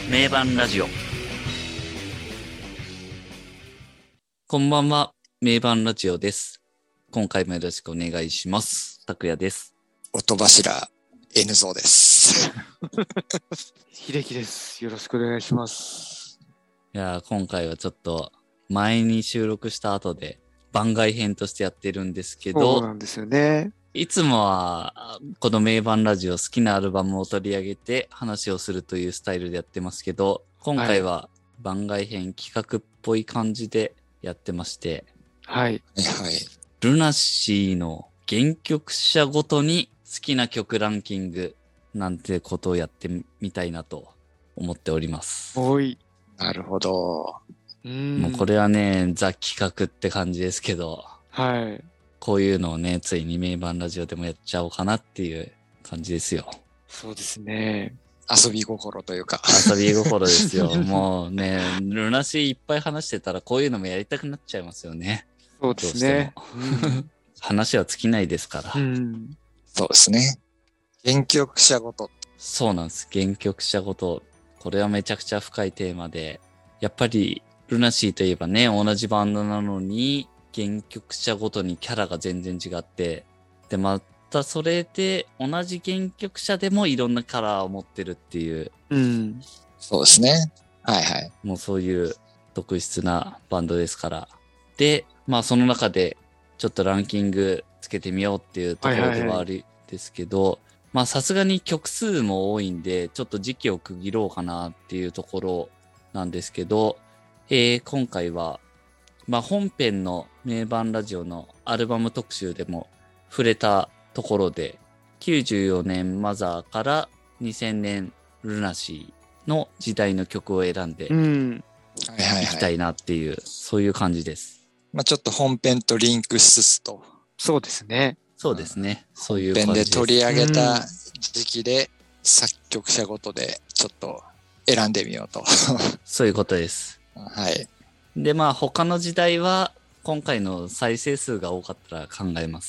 名盤ラジオ。こんばんは、名盤ラジオです。今回もよろしくお願いします。拓也です。 音柱 N ゾーです。 秀樹です。よろしくお願いします。 いやー、今回はちょっと前に収録した後で番外編としてやってるんですけど、 そうなんですよね。 いつもはこの名盤ラジオ好きなアルバムを取り上げて話をするというスタイルでやってますけど、今回は番外編企画っぽい感じでやってまして、 はい。 はい。 ルナシーの原曲者ごとに好きな曲ランキングなんてことをやってみたいなと思っております。 おい。 なるほど。 もうこれはね、ザ企画って感じですけど、 はい。 こういうのをね、ついに名盤ラジオでもやっちゃおうかなっていう感じですよ。 そうですね。 遊び心というか。 遊び心ですよ。もうね、ルナシーいっぱい話してたらこういうのもやりたくなっちゃいますよね。 そうですね。 話は尽きないですから。 そうですね。原曲者ごと。 そうなんです。原曲者ごと。これはめちゃくちゃ深いテーマで、やっぱりルナシーといえばね、同じバンドなのに、原曲者ごとにキャラが全然違って、で、またそれで同じ原曲者でもいろんなカラーを持ってるっていう、 そうですね。はいはい。 もうそういう特質なバンドですから。で、まあその中でちょっとランキングつけてみようっていうところではあるんですけど、まあさすがに曲数も多いんで、ちょっと時期を区切ろうかなっていうところなんですけど、今回は、まあ本編の名盤ラジオのアルバム特集でも触れたところで、94年マザーから2000年ルナシーの時代の曲を選んでいきたいなっていう、そういう感じです。 まあちょっと本編とリンクしつつと。 そうですね。 そうですね。そういう感本じです。 編で取り上げた時期で作曲者ごとでちょっと選んでみようと。 そういうことです。 はい。 で、まあ他の時代は今回の再生数が多かったら考えます。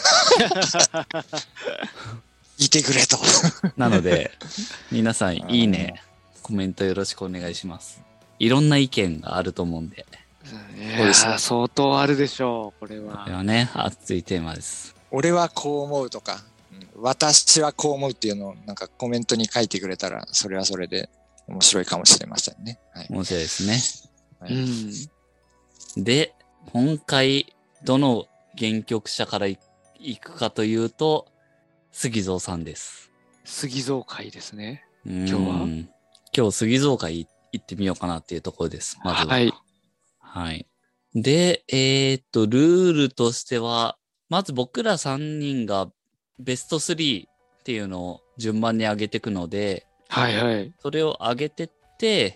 いてくれと。 なので、皆さんいいね、コメントよろしくお願いします。いろんな意見があると思うんで。 いやー、相当あるでしょう、これは。 これはね、熱いテーマです。 俺はこう思うとか、私はこう思うっていうのをなんかコメントに書いてくれたら、それはそれで面白いかもしれませんね。はい、 面白いですね。 はい、 で、今回、どの原曲者から行くかというと、杉蔵さんです。 杉蔵会ですね。今日杉蔵会行ってみようかなっていうところです。まずは。 はい。 はい。で、ルールとしては、まず僕ら3人がベスト3っていうのを順番に上げていくので、 はいはい。 それを上げてって、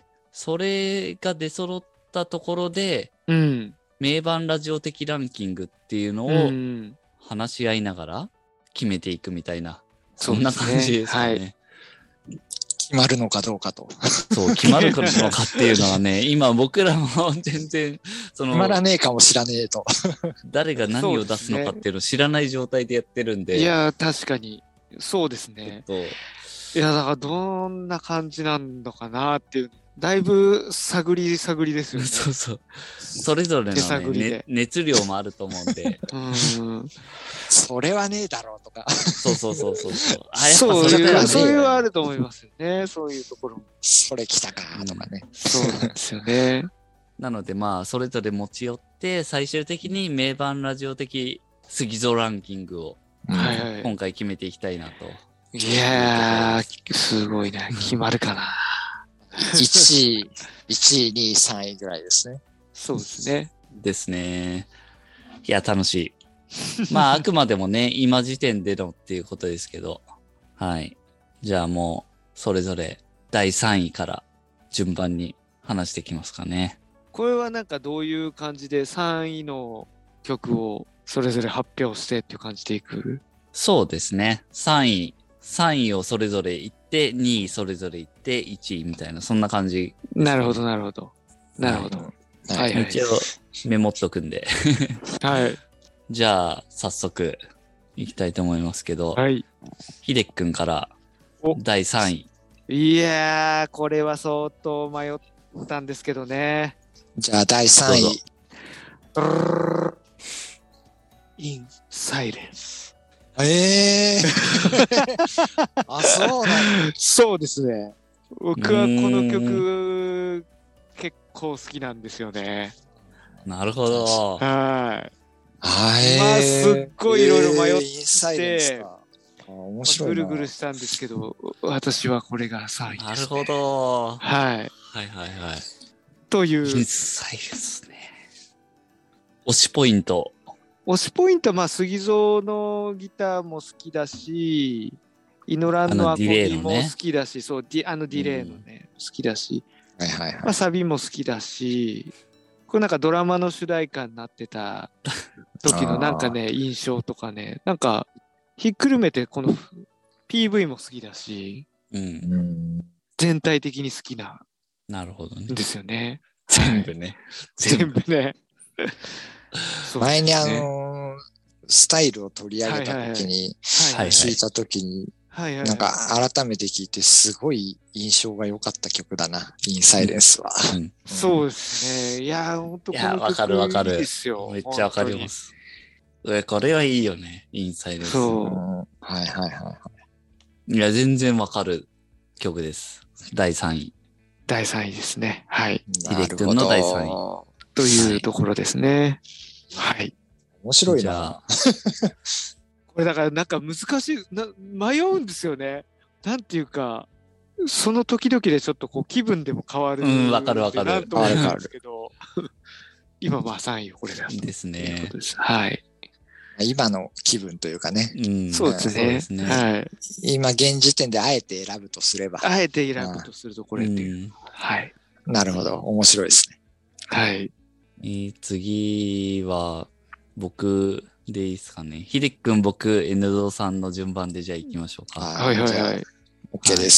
それが出揃ったところで、名盤ラジオ的ランキングっていうのを話し合いながら決めていくみたいな、そんな感じですかね。 決まるのかどうかと。 そう、決まるのかっていうのはね、今僕らも全然、 決まらねえかもしらねえと。 誰が何を出すのかっていうのを知らない状態でやってるんで。 いや、確かに。そうですね。いや、だからどんな感じなんのかなっていう。だいぶ探りですよね。 そうそう。それぞれの、ね、熱量もあると思うんで。 それはねえだろうとか。 そう。 そういうあると思いますよね。そういうところも。 それ来たかとかね。 そうなんですよね。 なのでまあ、それぞれ持ち寄って、最終的に名盤ラジオ的杉蔵ランキングを、今回決めていきたいなと。 いやー、すごいな。決まるかな。 1位、2位、3位ぐらいですね。 そうですね。 ですね。いや、楽しい。まあ、あくまでもね、今時点でのっていうことですけど。はい。じゃあもう、それぞれ第3位から順番に話していきますかね。 これはなんかどういう感じで3位の曲をそれぞれ発表してっていう感じでいく？ そうですね。3位をそれぞれ言って、2位それぞれ言って、1位みたいな、そんな感じ、 ね。なるほど。はい。 一応メモっとくんで。 はい。 じゃあ、早速、いきたいと思いますけど、 はい。 秀樹くんから第3位。 いやー、これは相当迷ったんですけどね。 じゃあ第3位。 In Silence。 あ、そうなんだ。 そうですね。僕はこの曲結構好きなんですよね。 なるほど。 はい。 まあすっごいいろいろ迷ってインサイレンスか。面白いな。 ぐるぐるしたんですけど、私はこれが3位です、ね。 なるほど。 はい。 はいはいはい。 という。 インサイレンスね。推しポイント。 推しポイントは、まあ、杉蔵のギターも好きだし、イノランのアコギも好きだし、そう、ディレイのね、好きだし、 はいはいはい。 まあ、サビも好きだし、これなんかドラマの主題歌になってた時のなんかね、印象とかね、なんか、ひっくるめてこの PV も好きだし、全体的に好きな。 なるほどね。 ですよね。 全部ね。 全部ね。 前にスタイルを取り上げた時に、聞いた時に、なんか改めて聞いてすごい印象が良かった曲だな、インサイレンスは。 そうですね。いや、本当この曲いいですよ。 めっちゃわかります。これはいいよね、インサイレンス。 そう。はいはいはい。 いや、全然わかる曲です。第3位。 第3位ですね。はい。 ヒデ君の第3位。 というところですね。はい。 面白いな。 これだからなんか難しい、迷うんですよね。なんていうか、その時々でちょっとこう気分でも変わる。 わかるわかる。 なんと思うんですけど、今まあ3位をこれだと。 ですね。 はい。 今の気分というかね。 そうですね。はい。 今現時点であえて選ぶとすれば。 あえて選ぶとするとこれっていう。はい。 なるほど。面白いですね。 はい。 次は、僕でいいですかね。ひでっくん、僕、N ゾーさんの順番でじゃあ行きましょうか。 はいはいはい。 OK です。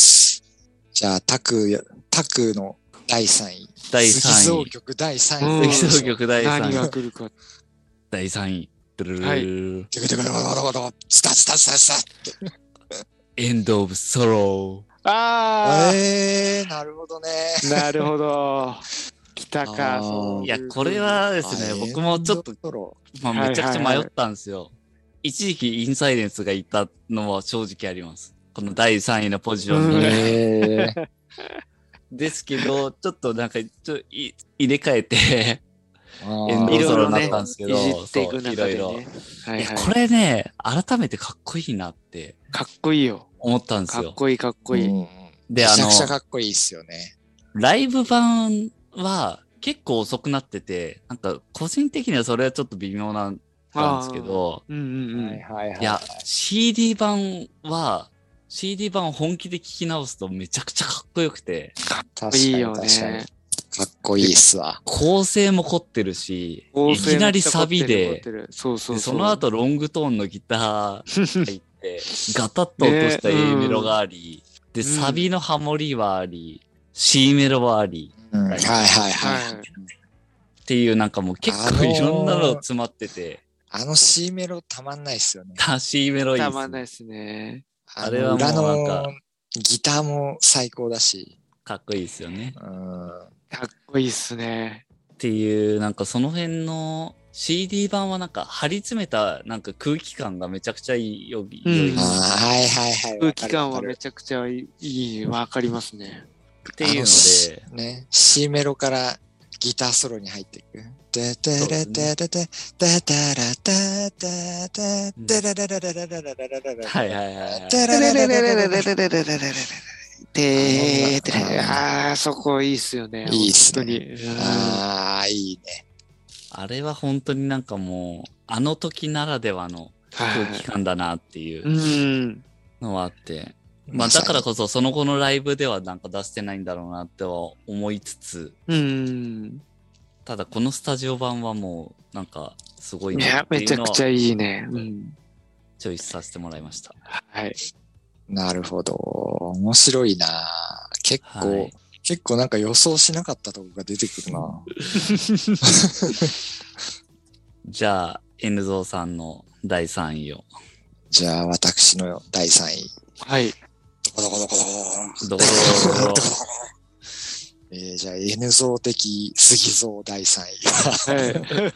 じゃあ、タクの第3位。 第3位。 杉蔵曲第3 位。杉蔵曲第3位。 何が来るか。 第3位。 はい。 スタッエンド・オブ・ソロー。 なるほどね。 なるほど。来たか。 いや、これはですね、僕もちょっと、めちゃくちゃ迷ったんですよ。一時期インサイレンスがいたのは正直あります。この第3位のポジションに。ですけど、ちょっとなんか、入れ替えて、エンドソロになったんですけど、いろいろ。これね、改めてかっこいいなって。 かっこいいよ。 思ったんですよ。 かっこいいかっこいい。 で、めちゃくちゃかっこいいっすよね。 ライブ版は結構遅くなってて、なんか個人的にはそれはちょっと微妙なんですけど、いや、CD 版本気で聴き直すとめちゃくちゃかっこよくて。 かっこいいよね。 かっこいいっすわ。 構成も凝ってるし、いきなりサビで、その後ロングトーンのギター入って、ガタッと落とした A メロがあり、で、サビのハモリはあり、C メロはあり、っていうなんかもう結構いろんなの詰まってて。 C メロたまんないっすよね。 C メロいいっすね。 たまんないっすね。 あれはもうなんか、ギターも最高だし。 かっこいいっすよね。 かっこいいっすね。 っていう、なんかその辺の CD 版はなんか張り詰めたなんか空気感がめちゃくちゃいいよ。 空気感はめちゃくちゃいい、わかりますね。 っていうので、 ね、C メロからギターソロに入っていく。でてれてれて、でたらたたた、でらららららららららら。 はいはいはい。 でららららららららららら。あそこいいっすよね。 いいっすね。いいね。 あれは本当になんかもう、あの時ならではの空気感だなっていうのはあって、まあだからこそその後のライブではなんか出してないんだろうなっては思いつつ、ただこのスタジオ版はもうなんかすごいなっていうのは。 めちゃくちゃいいね。 チョイスさせてもらいました。 はい。 なるほど。面白いな。結構なんか予想しなかったとこが出てくるな。 じゃあ、N ゾーさんの第3位を。 じゃあ、私の第3位。 はい。 どこどこどこどこどこじゃあ N 像的杉像第3位は、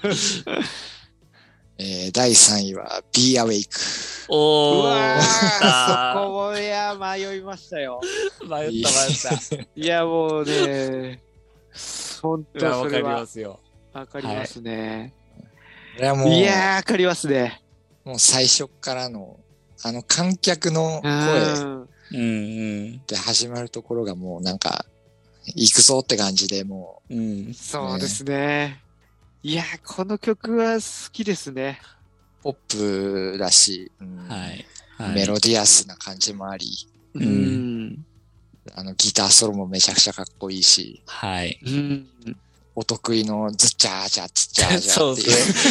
第3位は Be Awake。 おー。 うわー、そこもいや迷いましたよ。 迷った。 いやもうね、本当それはわかりますよ。 わかりますね。 これはもう、 いやーわかりますね。 もう最初からの観客の声で始まるところがもうなんか行くぞって感じでもう、 そうですね。いやーこの曲は好きですね。 ポップだし、メロディアスな感じもあり、ギターソロもめちゃくちゃかっこいいし、お得意のズッチャージャズッチャージャっていう。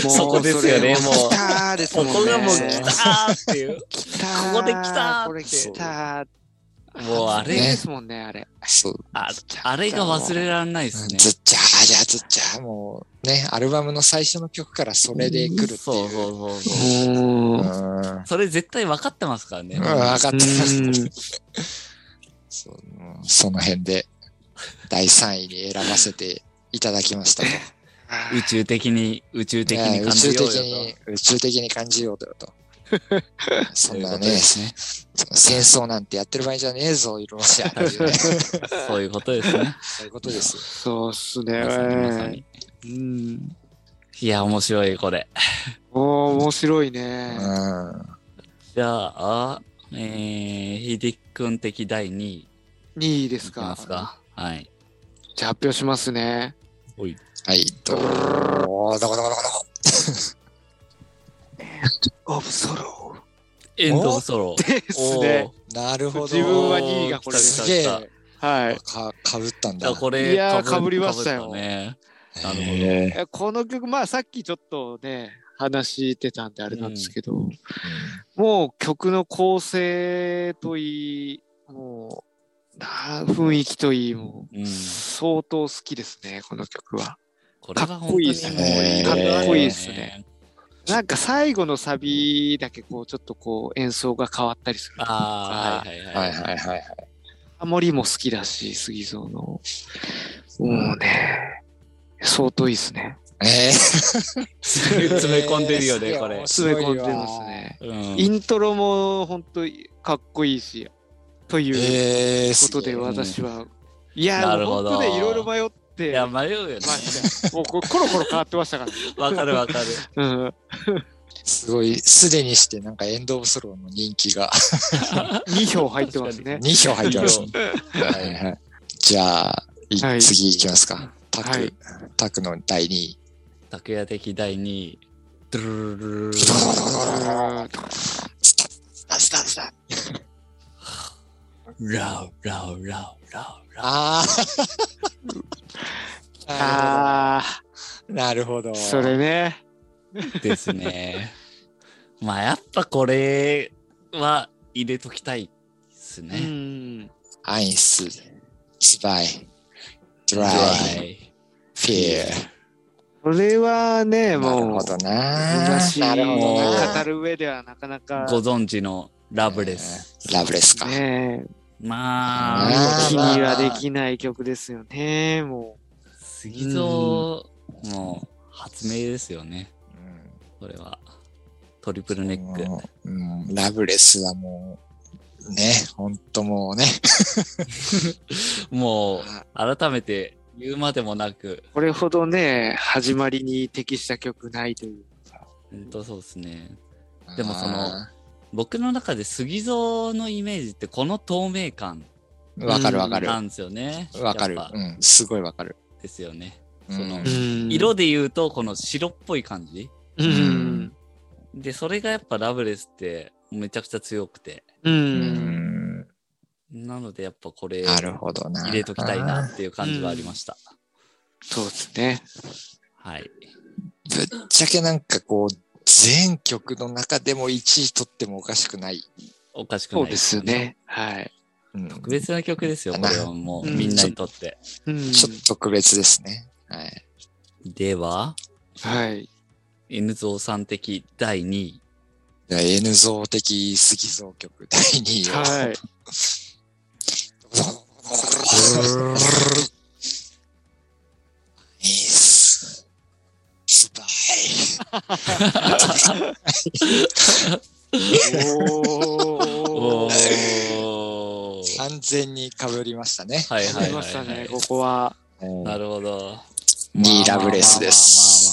そこですよね、もう。 来たーですもんね。 ここがもう来たーっていう。 来たー。 ここで来たーって。 これ来たー。 もうあれですもんね、あれ。 そう。 あれが忘れられないですね。 ズッチャージャズッチャー。もうね、アルバムの最初の曲からそれで来るっていう。 そう。それ絶対分かってますからね。 分かってます。その辺で第3位に選ばせていただきましたと。 宇宙的に感じようよと。 宇宙的に感じようよと。そんなね、戦争なんてやってる場合じゃねえぞ、ロシアっていうね。 そういうことですね。 そういうことです。 そうっすね。 いや、面白い、これ。 面白いね。 じゃあ、ヒディ君的第2位。 2位ですか。 はい。 じゃあ発表しますね。 はい。どこエンド・オブ・ソロー。 ですね。 なるほど。 自分は2位がこれです。はい。 かぶったんだ。 いや、かぶりましたよ。 なるほど。 この曲、まあさっきちょっとね、話してたんであれなんですけど、もう曲の構成といい、もう、雰囲気といい、もう、相当好きですね、この曲は。かっこいいですね。かっこいいですね。なんか最後のサビだけこうちょっとこう演奏が変わったりするとか。ハモリも好きだし、杉蔵の。もうね、相当いいですね。 詰め込んでるよね、これ。 詰め込んでますね。イントロも本当にかっこいいし、ということで私は。いや、本当ね、いろいろ迷って。 いや、迷うよね。 もうコロコロ変わってましたからね。 わかる。 すごい、すでにしてなんかエンド・オブ・ソローの人気が。 2票入ってますね。 2票入ってますね。じゃあ、次いきますか。タクの第2位。 タクヤ的第2位。ドゥルルルル。 スタ。 ラウ。 なるほど。 それね。 ですね。まあやっぱこれは入れときたいですね。 アイス、スパイ、ドライ、フィア。 これはね、もう、 なるほどな。 なるほどな。語る上ではなかなか。 ご存知のラブレス。 ラブレスか。 まあ、 気にはできない曲ですよね、もう。杉蔵も発明ですよね。これは。トリプルネック。 ラブレスはもう、ね、ほんともうね。 もう、改めて言うまでもなく。 これほどね、始まりに適した曲ないというか。 ほんとそうですね。でも僕の中で杉蔵のイメージってこの透明感。 わかる。 なんですよね。 わかる。すごいわかる。 ですよね。色で言うとこの白っぽい感じ。で、それがやっぱラブレスってめちゃくちゃ強くて。なのでやっぱこれ入れときたいなっていう感じはありました。 そうですね。 はい。 ぶっちゃけなんかこう、全曲の中でも1位取ってもおかしくない。 そうですね。はい。 特別な曲ですよ、これはもうみんなにとって。 ちょっと特別ですね。はい。 では、 はい。 N ゾウさん的第2位。 N ゾウ的杉蔵曲第2位を。 はい。 イス。スパイ。 おー。 完全に被りましたね。 はいはいはい、はい。 被りましたね、ここは。 なるほど。 2位ラブレスです。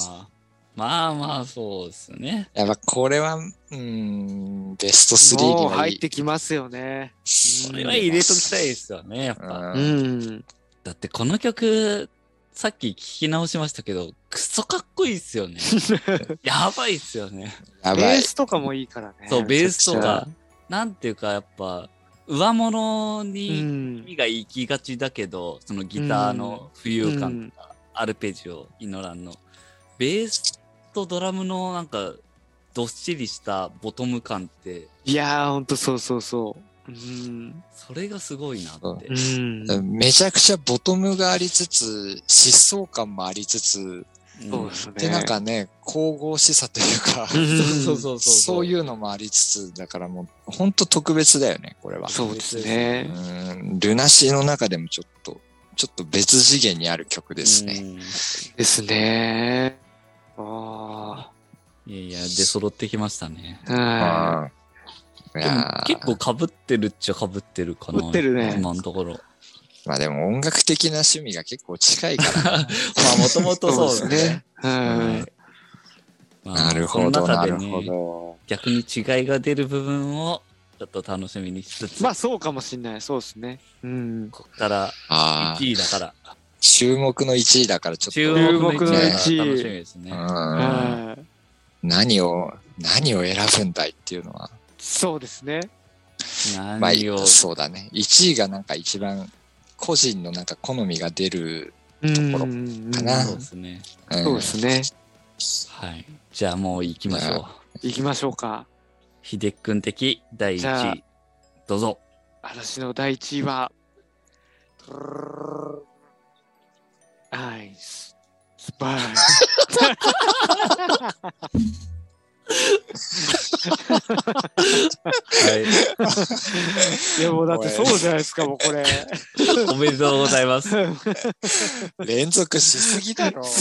まあまあ、そうですね。 やっぱこれは、ベスト3には入ってきますよね。 これは入れときたいですよね、やっぱ。だってこの曲、さっき聞き直しましたけど、クソかっこいいっすよね。やばいっすよね。 ベースとかもいいからね。 そう、ベースとか。なんていうか、やっぱ、上物に耳が行きがちだけど、そのギターの浮遊感とか、アルペジオ、イノランの。ベースとドラムのなんか、どっしりしたボトム感って。 いやー、ほんとそうそうそう。 それがすごいなって。 めちゃくちゃボトムがありつつ、疾走感もありつつ、 そうですね。 で、なんかね、神々しさというか、そういうのもありつつ、だからもう、ほんと特別だよね、これは。 そうですね。 ルナシーの中でもちょっと別次元にある曲ですね。 ですね。 いやいや、出揃ってきましたね。 でも結構被ってるっちゃ被ってるかな。 被ってるね。 今のところ。 まあでも音楽的な趣味が結構近いから。 まあもともとそうですね。 なるほど、なるほど。 逆に違いが出る部分をちょっと楽しみにしつつ。 まあそうかもしんない。そうですね。 こっから1位だから。 注目の1位だからちょっと。 注目の1位。 楽しみですね。 何を選ぶんだいっていうのは。 そうですね。 まあ、そうだね。1位がなんか一番個人のなんか好みが出るところかな。 そうですね。 そうですね。 はい。じゃあもう行きましょう。行きましょうか。 ひでっくん的第1位。どうぞ。 私の第1位は、アイス、スパイ。いやもうだってそうじゃないですか、もうこれ。 おめでとうございます。 連続しすぎだろ。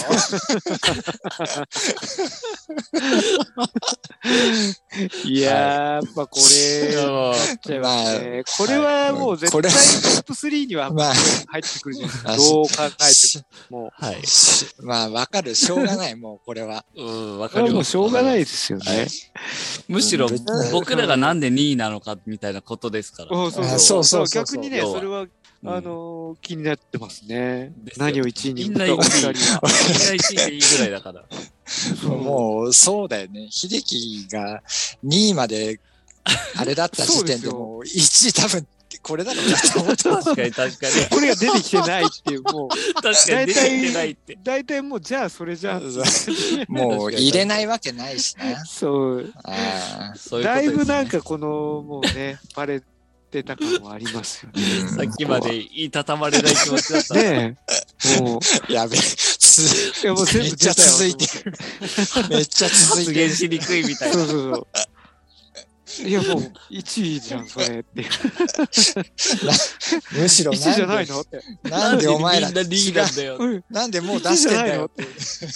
いやー、やっぱこれ、これはもう絶対トップ3には入ってくるじゃないですか。どう考えても。 はい。 まあわかる、しょうがない、もうこれは。 わかる。 もうしょうがないですよね。 むしろ僕らがなんで2位なのかみたいなことですから。 そう。逆にね、それは、気になってますね。何を1位に。 みんな1位でいいぐらいだから。 もう、そうだよね。秀樹が2位まで、あれだった時点でもう1位多分、これだろうなって思った。 確かに。 これが出てきてないっていう、もう。 確かに出てきてないって。 大体もう、じゃあそれじゃあ。 もう入れないわけないしね。 そう。だいぶなんかこの、もうね、バレてた感もありますよね。 さっきまでいたたまれない気持ちだった。 ねえ。もう、やべえ。めっちゃ続いてる。めっちゃ続いてる。 発言しにくいみたいな。 そう。いやもう1位じゃんそれってむしろ 1位じゃないのってなんでお前らみんなリーダーだよなんでもう出してんだよって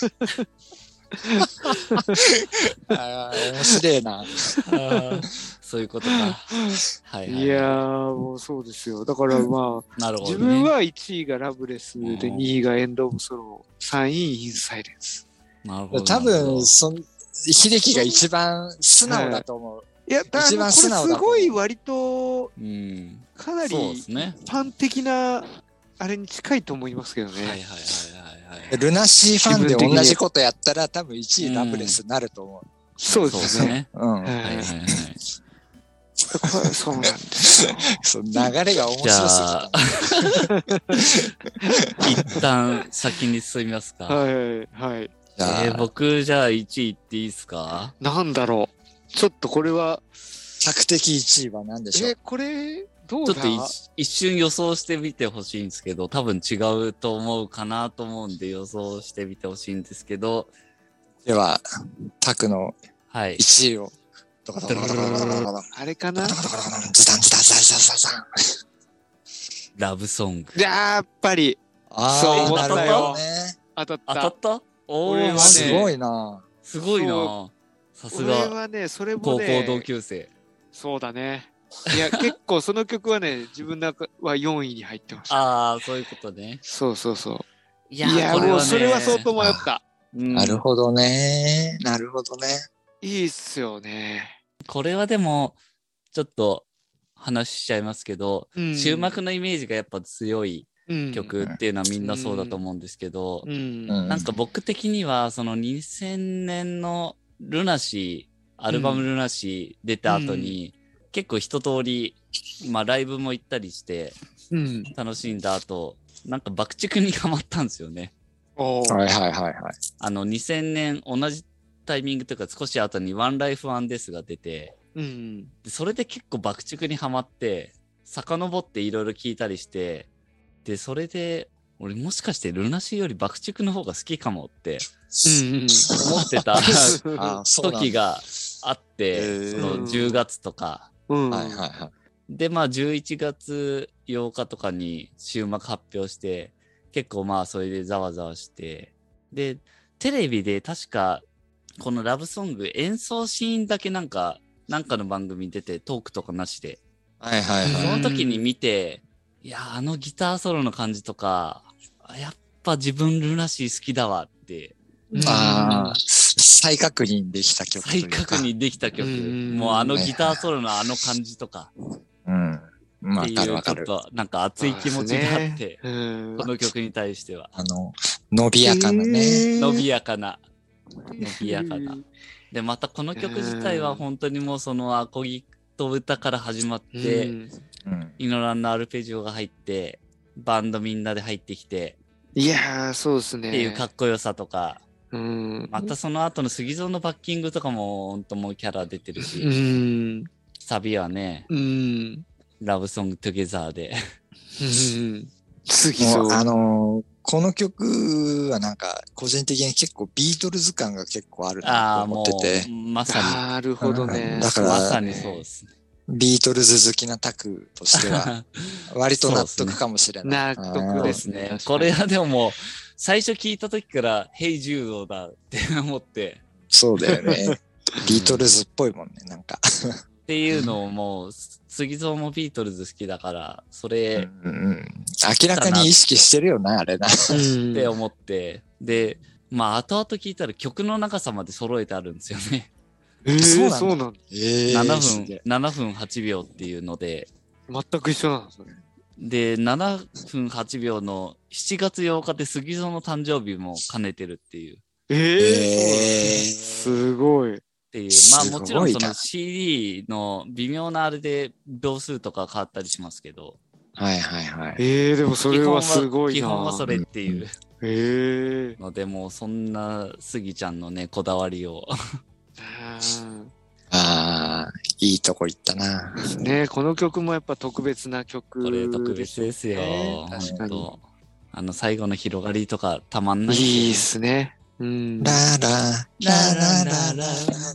面白いなそういうことかいやもうそうですよだからまあなるほど、ね、 自分は1位がラブレスで2位がエンドオブソロ3位インサイレンスなるほど多分秀樹が一番素直だと思う、 いや、一番素直だこれすごい割と、かなりファン的なあれに近いと思いますけどね。 ルナシーファンで同じことやったら多分1位ラブレスになると思う。 そうですね。そうなんですよ。 流れが面白すぎた。 一旦先に進みますか。 はい。 僕じゃあ1位言っていいですか？ なんだろう。ちょっとこれは。 着的1位は何でしょう？ これ、どうだ？ ちょっと一瞬予想してみてほしいんですけど、多分違うと思うかなと思うんで予想してみてほしいんですけど。 では、タクの1位を。 あれかな？ ズタンズタンズタンズタンズタン。 ラブソング。 やっぱり。そう思ったよ。当たった。 当たった？おー、 すごいな。 すごいな。さすが。 俺はね、それも高ね。 校同級生。 そうだね。いや、結構その曲はね、自分の中は4位に入ってました。 ああ、そういうことね。 そうそうそう。 いや、これはね、 もうそれは相当迷った。 なるほどね。なるほどね。 いいっすよね。 これはでも、ちょっと話しちゃいますけど、終幕のイメージがやっぱ強い曲っていうのはみんなそうだと思うんですけど、なんか僕的にはその2000年のルナシー、アルバムルナシー出た後に、結構一通り、まあライブも行ったりして、楽しんだ後、なんか爆竹にハマったんですよね。 はいはいはいはい。 2000年同じタイミングというか少し後にワンライフワンデスが出て、でそれで結構爆竹にハマって、遡っていろいろ聞いたりして、で、それで、俺もしかしてルナシーより爆竹の方が好きかもって思ってた時があって、その10月とか。で、まあ11月8日とかに終幕発表して、結構まあそれでざわざわして、で、テレビで確かこのラブソング演奏シーンだけなんかの番組に出てトークとかなしで、その時に見て、いや、ギターソロの感じとか、やっぱ自分ルナシー好きだわって。 再確認できた曲。 再確認できた曲。もうギターソロの感じとか。っていうちょっとなんか熱い気持ちがあって、この曲に対しては。 伸びやかなね。 伸びやかな。で、またこの曲自体は本当にもうそのアコギと歌から始まって、イノランのアルペジオが入って、バンドみんなで入ってきて、 いやー、そうですね。 っていうかっこよさとか、またその後の杉蔵のバッキングとかも本当もうキャラ出てるし、サビはね、ラブソングトゥゲザーで。 杉蔵。 この曲はなんか個人的に結構ビートルズ感が結構あるなと思ってて。 まさに。 なるほどね。 だからまさにそうですね。 ビートルズ好きなタクとしては、割と納得かもしれない。 納得ですね。 これはでももう、最初聞いた時から、ヘイジュードだって思って。 そうだよね。ビートルズっぽいもんね、なんか。 っていうのをもう、杉蔵もビートルズ好きだから、それ、 明らかに意識してるよな、あれな。 って思って。で、まあ、後々聞いたら曲の長さまで揃えてあるんですよね。 そうなんだ。 7分8秒っていうので。 全く一緒なんですね。 で、7分8秒の7月8日で杉蔵の誕生日も兼ねてるっていう。 すごい。 っていう。まあもちろんその CD の微妙なあれで秒数とか変わったりしますけど。 でもそれはすごいな。 基本はそれっていう。のでもうそんな杉ちゃんのね、こだわりを。 いいとこ行ったな。 ね、この曲もやっぱ特別な曲。 これ特別ですよ。 確かに。 最後の広がりとかたまんない。 いいっすね。 ララ、ララララ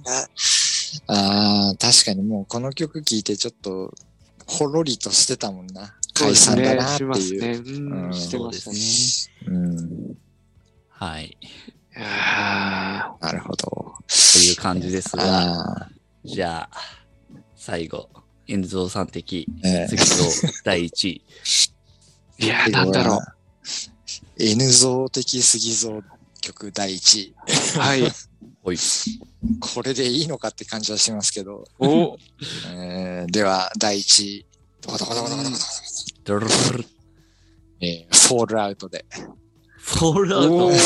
ラ。確かにもうこの曲聴いてちょっとほろりとしてたもんな。解散だなっていう。 してましたね。はい。 なるほど。 という感じですが、じゃあ、最後、Nゾウさん的、次の第1位。 いやー、なんだろう。 N ゾウ的杉蔵曲第1位。 はい。 これでいいのかって感じはしますけど。では、第1位。フォールアウトで。 フォールアウ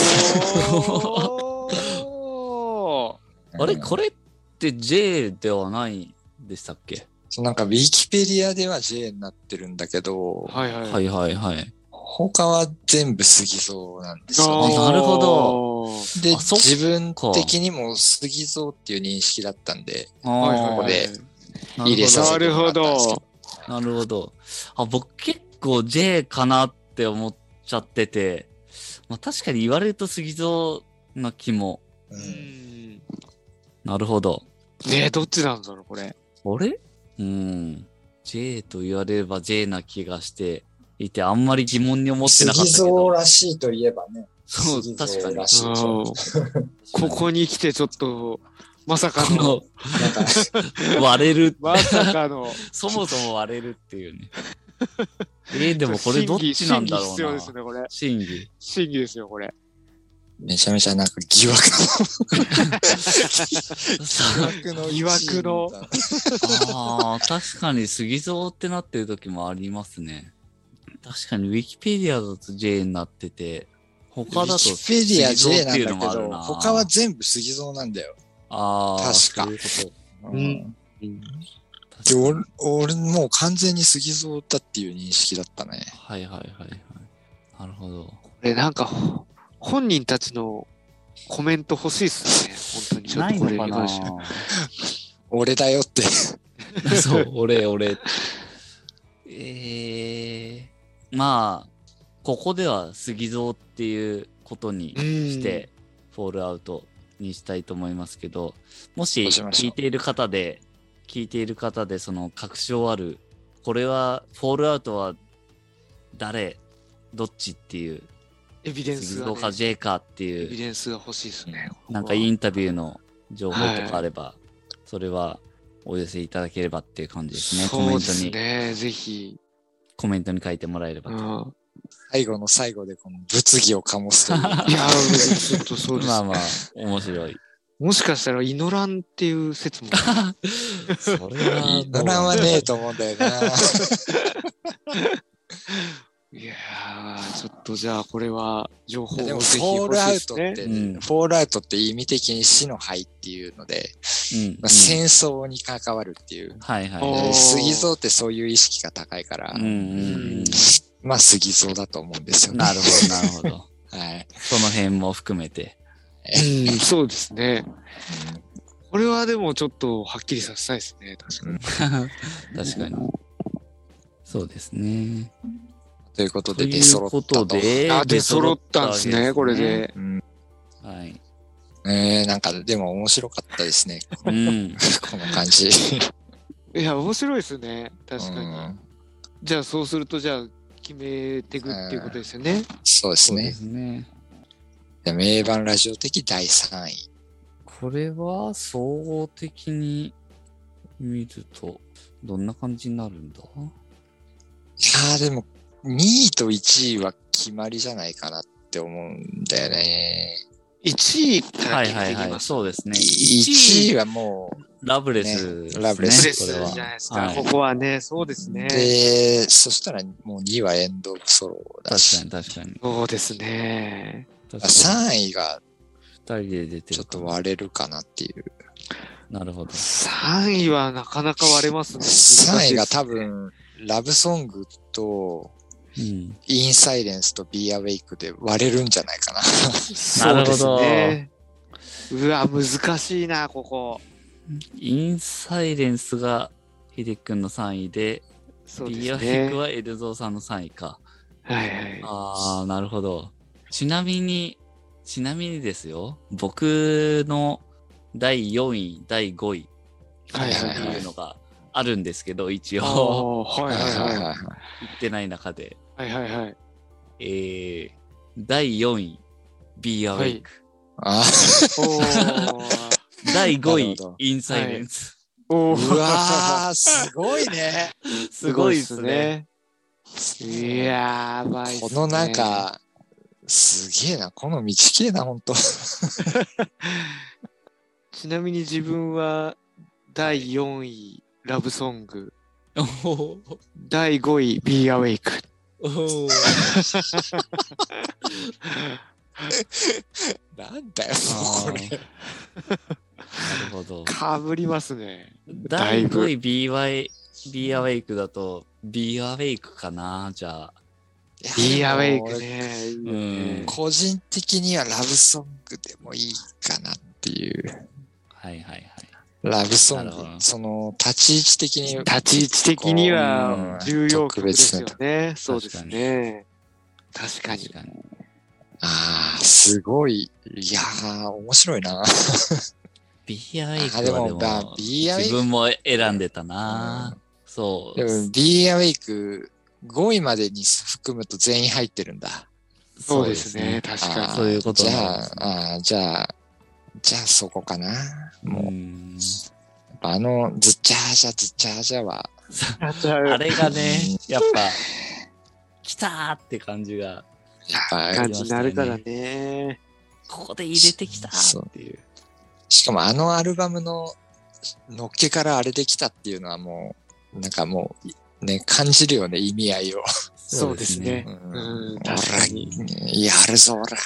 トあれこれって J ではないでしたっけ？ なんかウィキペディアでは J になってるんだけど、他は全部杉蔵なんですよね。 なるほど。 で、自分的にも杉蔵っていう認識だったんで、ここで入れさせてもらったんですけど。 なるほど。僕結構 J かなって思っちゃってて、まあ、確かに言われると杉蔵な気も。なるほど。 ねえ、どっちなんだろう、これ。 あれ？J と言われれば J な気がして。 いて、あんまり疑問に思ってなかったけど。 杉蔵らしいといえばね。 そう、確かに。 ここに来てちょっと、まさかの、 割れる。 まさかの。 そもそも割れるっていうね。でもこれどっちなんだろうな。 審議必要ですね、これ。 審議。 審議ですよ、これ。 めちゃめちゃなんか疑惑の。 疑惑の。 ああ、確かに杉蔵ってなってる時もありますね。確かにウィキペディアだと J になってて、他だと杉蔵っていうのもあるな。他は全部杉蔵なんだよ。 ああ、 確か。 そういうこと。 うん。俺もう完全に杉蔵だっていう認識だったね。 はいはいはいはい。なるほど。 これなんか、本人たちのコメント欲しいっすね。本当にちょっとこれに関して。 俺だよって。 そう、俺。まあ、ここでは杉蔵っていうことにして、フォールアウトにしたいと思いますけど、もし聞いている方で、その確証ある、これは、フォールアウトはどっちっていう、 エビデンスが、ね、 か J かっていう。 エビデンスが欲しいですね。 なんかインタビューの情報とかあれば、はい、それはお寄せいただければっていう感じですね。 そうですね、ぜひ。 コメントに書いてもらえればと。 最後の最後でこの物議を醸すという。 いやちょっとそうです。 まあまあ、面白い。 もしかしたらイノランっていう説も。 それは。 イノランはねえと思うんだよな。 いやー、ちょっとじゃあこれは情報をぜひ欲しいですね。 フォールアウトって、フォールアウトって意味的に死の灰っていうので、戦争に関わるっていう。 はいはい。 杉蔵ってそういう意識が高いから、まあ杉蔵だと思うんですよね。 なるほど、なるほど。 はい。 その辺も含めて。 そうですね。これはでもちょっとはっきりさせたいですね、確かに。 確かに。そうですね。 ということで出揃ったと。 出揃ったんですね、これで。 はい。 なんかでも面白かったですね。この感じ。 いや、面白いですね。確かに。じゃあそうすると、じゃあ決めていくっていうことですよね。 そうですね。名盤ラジオ的第3位。 これは総合的に見ると、どんな感じになるんだ？ いやーでも、2位と1位は決まりじゃないかなって思うんだよね。 1位から決めていきます。 そうですね。 1位はもう、 ラブレス、 ラブレスじゃないですか。ここはね、そうですね。 で、そしたらもう2位はエンドソロだし。 確かに。 そうですね。 3位が、 2人で出てる。 ちょっと割れるかなっていう。 なるほど。 3位はなかなか割れますね。 3位が多分、ラブソングと、インサイレンスとビーアウェイクで割れるんじゃないかな。 なるほど。 うわ、難しいな、ここ。 インサイレンスがヒデ君の3位で、ビーアウェイクはエルゾーさんの3位か。 はいはい。 ああ、なるほど。ちなみにですよ、僕の第4位、第5位っていうのがあるんですけど、一応。 はいはいはい。 言ってない中で。 はいはいはい。 第4位、Be Awake。第5位、インサイレンス。 うわー、すごいね。 すごいっすね。 いやー、ばいっすね。 このなんか、すげえな、この道きれいな、ほんと。 ちなみに自分は、第4位、ラブソング。第5位、Be Awake。 なんだよ、これ。なるほど。 かぶりますね。 第5位 Be Awake だと Be Awake かな、じゃあ。 Be Awake ね。 個人的にはラブソングでもいいかなっていう。 はいはいはい。 ラブソング、その立ち位置的には重要曲ですよね。そうですね。確かに。 ああ、すごい。いやー、面白いな。 ビーアウェイクはでも自分も選んでたな。そう。 でもビーアウェイク 5位までに含むと全員入ってるんだ。 そうですね。確かに。 そういうことじゃあそこかな。もう。ズッチャージャは。 あれがね、やっぱ、来たーって感じが。 感じになるからね。 ここで入れてきたーっていう。 しかもアルバムののっけからあれできたっていうのはもう、なんかもう、ね、感じるよね、意味合いを。 そうですね。 確かに。やるぞ、おら。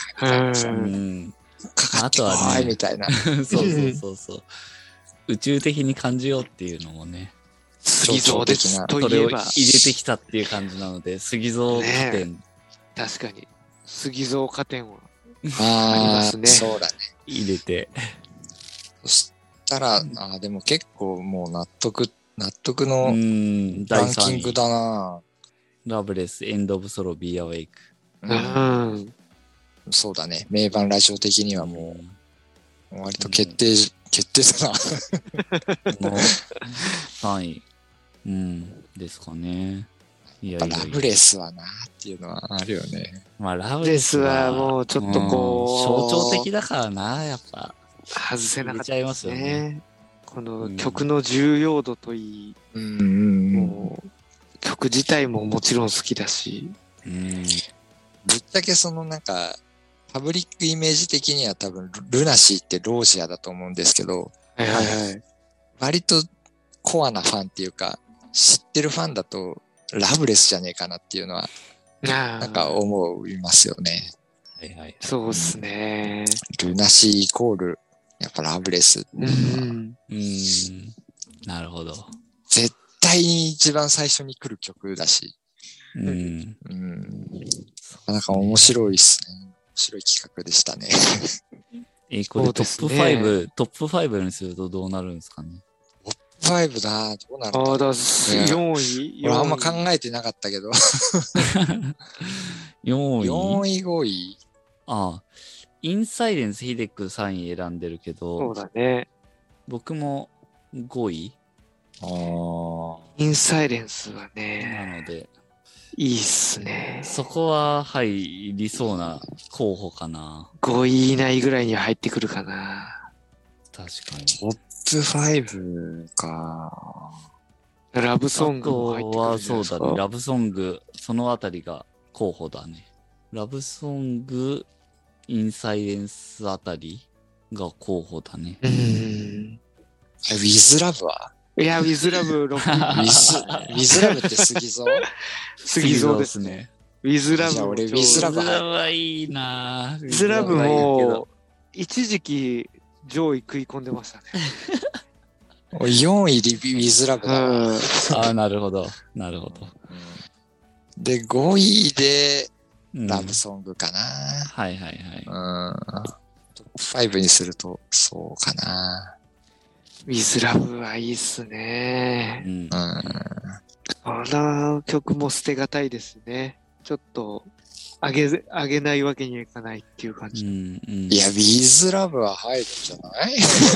かかってこい、みたいな。 そう。宇宙的に感じようっていうのもね。 杉蔵的な。 それを入れてきたっていう感じなので、杉蔵加点。 確かに。杉蔵加点はありますね。そうだね。 入れて。 そしたら、でも結構もう納得のランキングだな。 ラブレス、エンド・オブ・ソロ、ビー・アウェイク。 そうだね。名盤ラジオ的にはもう、割と決定だな。 もう、3位。ですかね。 ラブレスはなっていうのはあるよね。 まあ、ラブレスはもうちょっとこう、象徴的だからな、やっぱ。 外せなかったですね。 この曲の重要度といい、もう曲自体ももちろん好きだし。 ぶっちゃけそのなんか、パブリックイメージ的には多分、ルナシーってロージアだと思うんですけど、割とコアなファンっていうか、知ってるファンだと、ラブレスじゃねえかなっていうのは、なんか思いますよね。 そうっすね。 ルナシーイコール、やっぱラブレス。 なるほど。 絶対に一番最初に来る曲だし。なんか面白いっすね。面白い企画でしたね。 これトップ5にするとどうなるんですかね。 トップ5だ。どうなるんだろう。 4位俺あんま考えてなかったけど。4位、5位。 インサイレンス、ヒデック3位選んでるけど、 そうだね。 僕も5位。 インサイレンスはね。 なので、 いいっすね。 そこは入りそうな候補かな。 5位以内ぐらいには入ってくるかな。 確かに。 トップ5か。 ラブソングも入ってくるじゃないですか。 そうだね。ラブソング、そのあたりが候補だね。ラブソング、インサイレンスあたりが候補だね。 ウィズラブはいや、ウィズラブ6位。 ウィズラブって杉蔵杉蔵ですね。ウィズラブ。 じゃあ俺ウィズラブはいいな。 ウィズラブも、一時期上位食い込んでましたね。 4位ウィズラブだわ。 なるほど。なるほど。 で、5位で、ラブソングかな。 はいはいはい。 トップ5にすると、そうかな。 ウィズラブはいいっすね。この曲も捨てがたいですね。ちょっと、あげないわけにはいかないっていう感じ。 いや、ウィズラブは入るんじゃない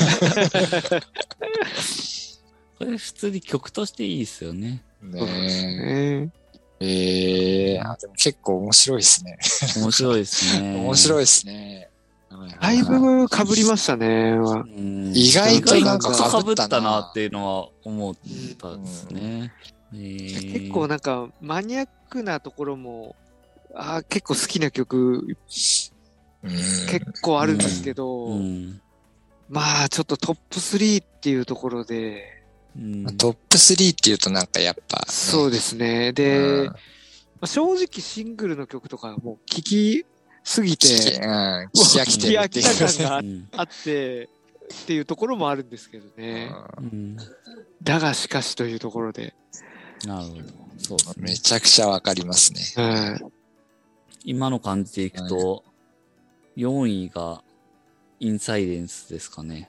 これ普通に曲としていいですよね。 ねえ。でも結構面白いですね。 面白いですね。 面白いですね。 だいぶ被りましたね。 意外となんか被ったなっていうのは思ったですね。 結構なんかマニアックなところも結構好きな曲結構あるんですけど、まあちょっとトップ3っていうところで、 トップ3っていうとなんかやっぱ、 そうですね。で、正直シングルの曲とかもう聴きすぎて、 聞き飽きてるっていう聞き飽きた感があってっていうところもあるんですけどね。だがしかしというところで。 なるほど。そうですね。 めちゃくちゃわかりますね。 今の感じでいくと、4位がインサイレンスですかね。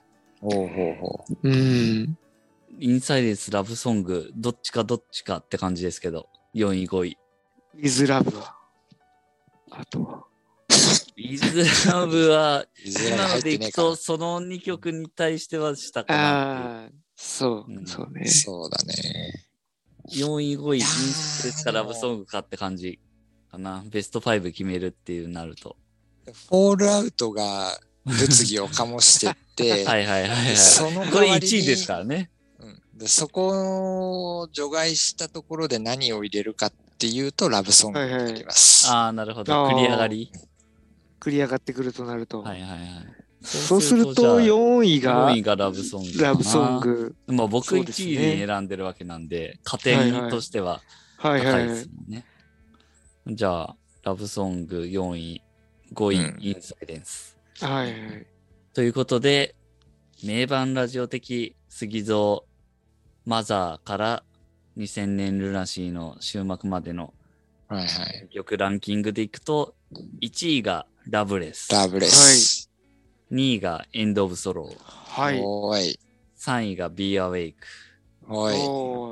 インサイレンス、ラブソング、どっちかって感じですけど、4位、5位。 ウィズラブはあとは。 ウィズラブは、今のでいくと、その2曲に対してはしたかなっていう。 そうね。 そうだね。 4位、5位、インスですかラブソングかって感じかな。ベスト5決めるっていうなると。 フォールアウトが物議を醸してって、 はいはいはいはい。 そのこれ1位ですからね。 でそこを除外したところで何を入れるかっていうとラブソングになります。 ああ、なるほど。繰り上がり繰り上がってくるとなると。 はいはいはい。 そうすると4位がラブソング。 ラブソング。 まあ僕1位に選んでるわけなんで、加点としては高いですもんね。じゃあ、ラブソング4位、5位、インサイレンス。 はいはい。 ということで、名盤ラジオ的杉蔵マザーから2000年ルナシーの終幕までの曲ランキングでいくと、1位がラブレス。 ラブレス。 2位がエンドオブソロー。 はい。 3位が Be Awake。 はい。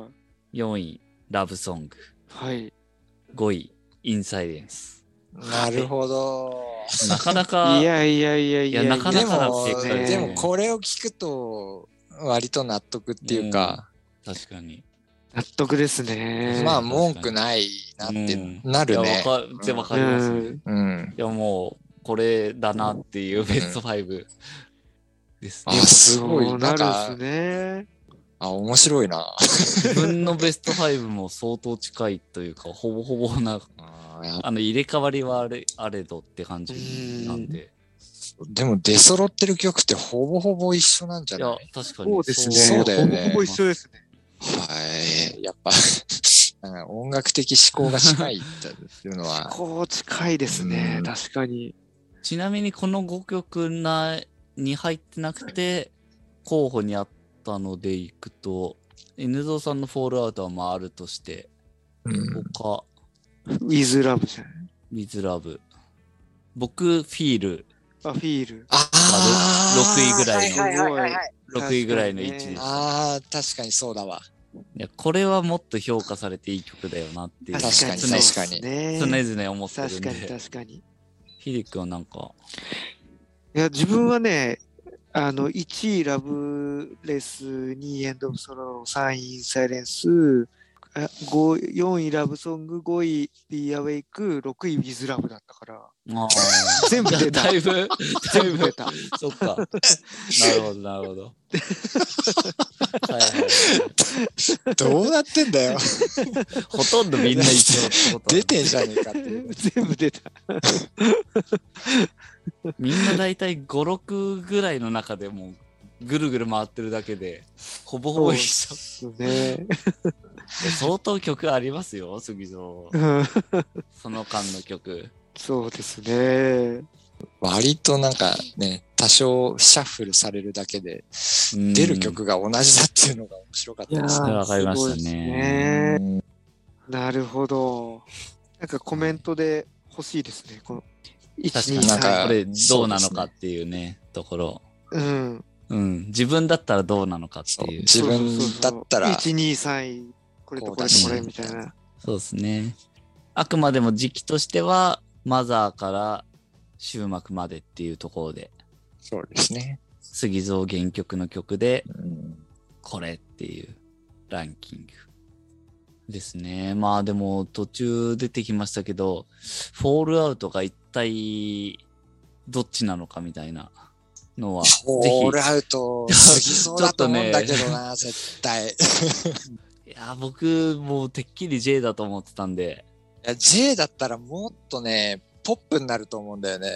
4位、ラブソング。 はい。 5位、インサイレンス。 なるほど。 なかなか、 いや、 なかなかでもこれを聞くと、割と納得っていうか。 確かに。 納得ですね。 まあ、文句ないなってなるね。 全然わかりますね。いや、もう、これだなっていうベスト5ですね。 すごい。 なるですね。 面白いな。 自分のベスト5も相当近いというか、ほぼほぼな、入れ替わりはあれどって感じなんで。 でも出揃ってる曲ってほぼほぼ一緒なんじゃない？いや、 確かに。 そうですね。 そうだよね。 ほぼほぼ一緒ですね。 はい。やっぱ音楽的思考が近いっていうのは。 思考近いですね。確かに。 ちなみにこの5曲に入ってなくて、候補にあったのでいくと、N ゾーさんのフォールアウトはまああるとして、他、 With Love じゃない With Love。僕、フィール。 フィール。 6位ぐらいの、6位ぐらいの位置です。 確かにそうだわ。 いや、これはもっと評価されていい曲だよなっていう。 確かに、確かに。 常々思ってるんで。 確かに。 フィリックはなんか。 いや、自分はね、1位ラブレス、2位エンドオブソロ、3位インサイレンス、4位ラブソング、5位 Be Awake、6位 With Love だったから。全部出た。 だいぶ出た。 そっか。なるほど、なるほど。 どうなってんだよ。 ほとんどみんな一緒ってこと。 出てんじゃねえかっていう。 全部出た。 みんなだいたい5、6ぐらいの中でもぐるぐる回ってるだけで、ほぼほぼ一緒。 そうですね。 相当曲ありますよ、杉蔵。その間の曲。 そうですね。 割となんかね、多少シャッフルされるだけで、出る曲が同じだっていうのが面白かったですね。 わかりましたね。 なるほど。なんかコメントで欲しいですね。この確かになんかこれどうなのかっていうね、ところ。自分だったらどうなのかっていう。 自分だったら。 1、2、3位。これとこれとこれみたいな。 そうですね。あくまでも時期としては、マザーから終幕までっていうところで。 そうですね。 杉蔵原曲の曲で、これっていうランキングですね。まあでも途中出てきましたけど、フォールアウトが一体どっちなのかみたいなのは。 フォールアウト、杉蔵だと思うんだけどな、絶対。 いや、僕もうてっきり J だと思ってたんで。 いや、J だったらもっとね、ポップになると思うんだよね。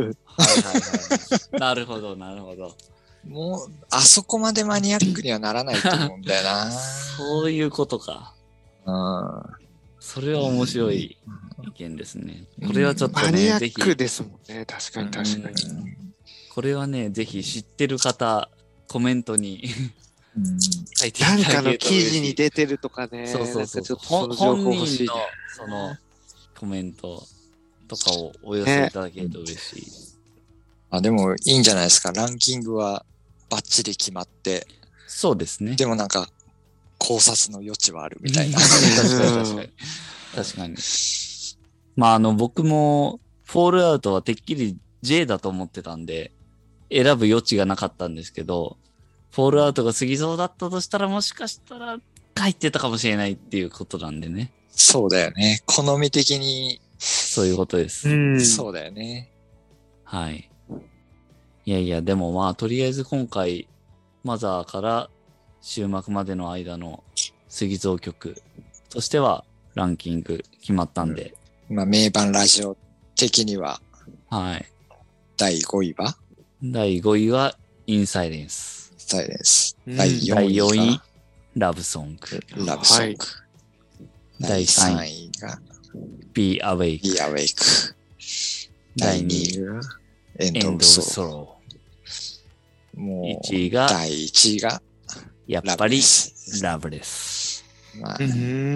なるほど、なるほど。 もう、あそこまでマニアックにはならないと思うんだよな。 そういうことか。それは面白い意見ですね。これはちょっとね、 マニアックですもんね。確かに確かに。 これはね、ぜひ知ってる方、コメントに書いていただけると。なんかの記事に出てるとかね。 そう。本人のそのコメントとかをお寄せいただけると嬉しい。 でもいいんじゃないですか。ランキングはバッチリ決まって。 そうですね。 でもなんか考察の余地はあるみたいな。 確かに。まあ僕もフォールアウトはてっきり J だと思ってたんで、選ぶ余地がなかったんですけど、フォールアウトが杉蔵だったとしたらもしかしたらか入ってたかもしれないっていうことなんでね。 そうだよね。好み的に。 そういうことです。 そうだよね。 はい。いやいや、でもまあ、とりあえず今回、マザーから終幕までの間の水蔵曲としてはランキング決まったんで。 まあ、名盤ラジオ的には。 はい。 第5位は第5位はインサイレンス。 サイレンス。第4位ラブソング。 ラブソング。第3位が Be Awake。 Be Awake。第2位がエンド・オブ・ソロー。もう 1位が、 第1位が、 やっぱりラブレス。 まあ、 ま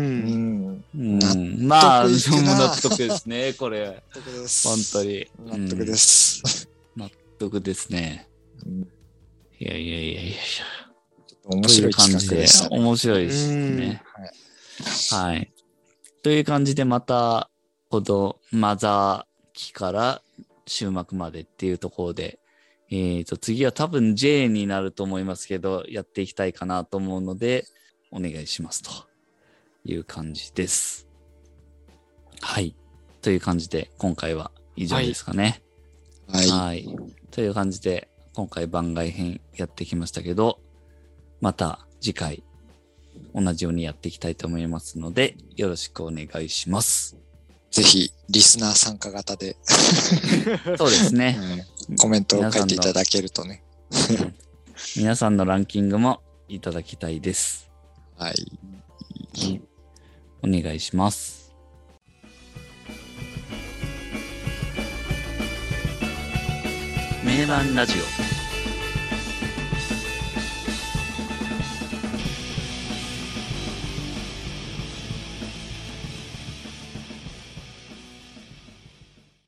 あ、納得ですね、これ。本当に。 納得です。 納得ですね。いやいやいやいや。 面白い感じでしたね。 面白いですね。はい。という感じで、また、このマザー期から終幕までっていうところで、次は多分 J になると思いますけど、やっていきたいかなと思うので、お願いしますという感じです。はい。という感じで、今回は以上ですかね。 はい。 はい。という感じで、今回番外編やってきましたけど、また次回、同じようにやっていきたいと思いますので、よろしくお願いします。 ぜひ、リスナー参加型で。 そうですね、 コメントを書いていただけるとね。 皆さんのランキングもいただきたいです。 はい。 お願いします。名盤ラジオ。